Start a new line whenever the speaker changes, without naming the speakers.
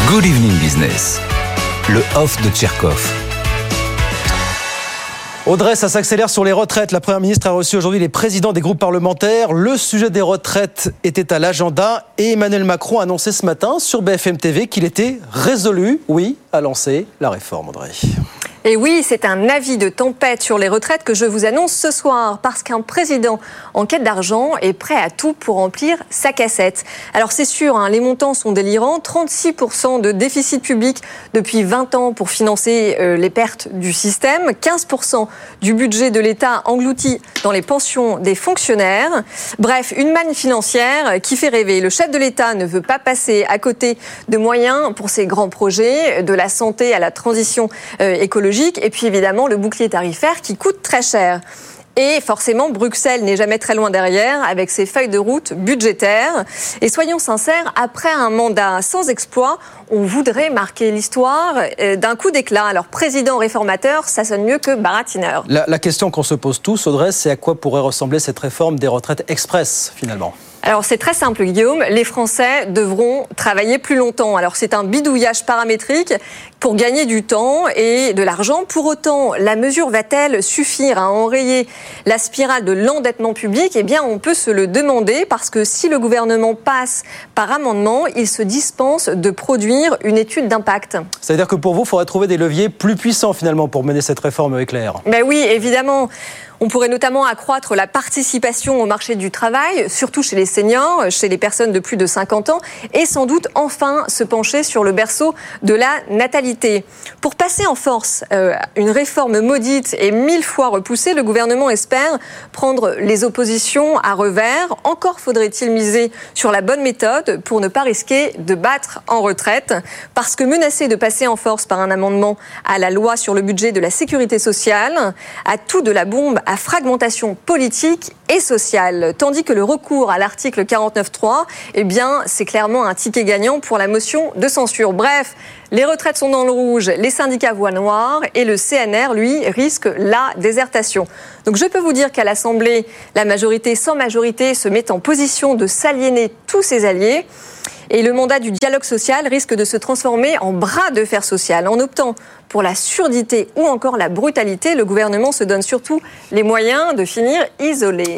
Good Evening Business, le off de Tcherkov.
Audrey, ça s'accélère sur les retraites. La Première ministre a reçu aujourd'hui les présidents des groupes parlementaires. Le sujet des retraites était à l'agenda et Emmanuel Macron a annoncé ce matin sur BFM TV qu'il était résolu, à lancer la réforme, Audrey.
Et oui, c'est un avis de tempête sur les retraites que je vous annonce ce soir, parce qu'un président en quête d'argent est prêt à tout pour remplir sa cassette. Alors c'est sûr, les montants sont délirants, 36% de déficit public depuis 20 ans pour financer les pertes du système, 15% du budget de l'État englouti dans les pensions des fonctionnaires. Bref, une manne financière qui fait rêver. Le chef de l'État ne veut pas passer à côté de moyens pour ses grands projets, de la santé à la transition écologique. Et puis évidemment le bouclier tarifaire qui coûte très cher. Et forcément, Bruxelles n'est jamais très loin derrière avec ses feuilles de route budgétaires. Et soyons sincères, après un mandat sans exploit, on voudrait marquer l'histoire d'un coup d'éclat. Alors, président réformateur, ça sonne mieux que baratineur.
La question qu'on se pose tous, Audrey, c'est à quoi pourrait ressembler cette réforme des retraites express, finalement ?
Alors c'est très simple Guillaume, les Français devront travailler plus longtemps. Alors c'est un bidouillage paramétrique pour gagner du temps et de l'argent. Pour autant, la mesure va-t-elle suffire à enrayer la spirale de l'endettement public ? Eh bien on peut se le demander parce que si le gouvernement passe par amendement, il se dispense de produire une étude d'impact.
Ça veut dire que pour vous, il faudrait trouver des leviers plus puissants finalement pour mener cette réforme éclair.
Ben oui, évidemment. On pourrait notamment accroître la participation au marché du travail, surtout chez les seniors, chez les personnes de plus de 50 ans, et sans doute enfin se pencher sur le berceau de la natalité. Pour passer en force une réforme maudite et 1000 fois repoussée, le gouvernement espère prendre les oppositions à revers. Encore faudrait-il miser sur la bonne méthode pour ne pas risquer de battre en retraite. Parce que menacé de passer en force par un amendement à la loi sur le budget de la sécurité sociale, à tout de la bombe à fragmentation politique et sociale. Tandis que le recours à l'article 49.3, c'est clairement un ticket gagnant pour la motion de censure. Bref, les retraites sont dans le rouge, les syndicats voient noir et le CNR, lui, risque la désertation. Donc je peux vous dire qu'à l'Assemblée, la majorité sans majorité se met en position de s'aliéner tous ses alliés. Et le mandat du dialogue social risque de se transformer en bras de fer social. En optant pour la surdité ou encore la brutalité, le gouvernement se donne surtout les moyens de finir isolé.